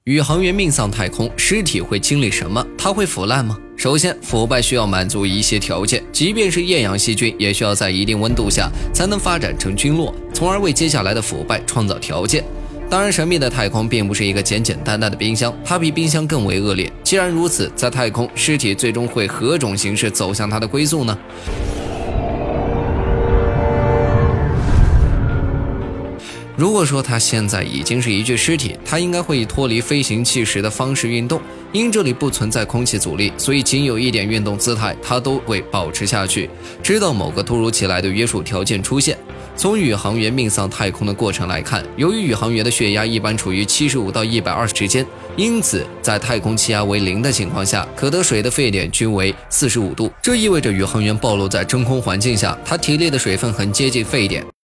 宇航员命丧太空，尸体会经历什么？它会腐烂吗？首先，腐败需要满足一些条件，即便是厌氧细菌，也需要在一定温度下才能发展成菌落，从而为接下来的腐败创造条件。当然，神秘的太空并不是一个简简单单的冰箱，它比冰箱更为恶劣。既然如此，在太空，尸体最终会何种形式走向它的归宿呢？如果说它现在已经是一具尸体，它应该会以脱离飞行器时的方式运动，因这里不存在空气阻力，所以仅有一点运动姿态，它都会保持下去，直到某个突如其来的约束条件出现。从宇航员命丧太空的过程来看，由于宇航员的血压一般处于75到120之间，因此在太空气压为0的情况下，可得水的沸点均为45度，这意味着宇航员暴露在真空环境下，他体内的水分很接近沸点。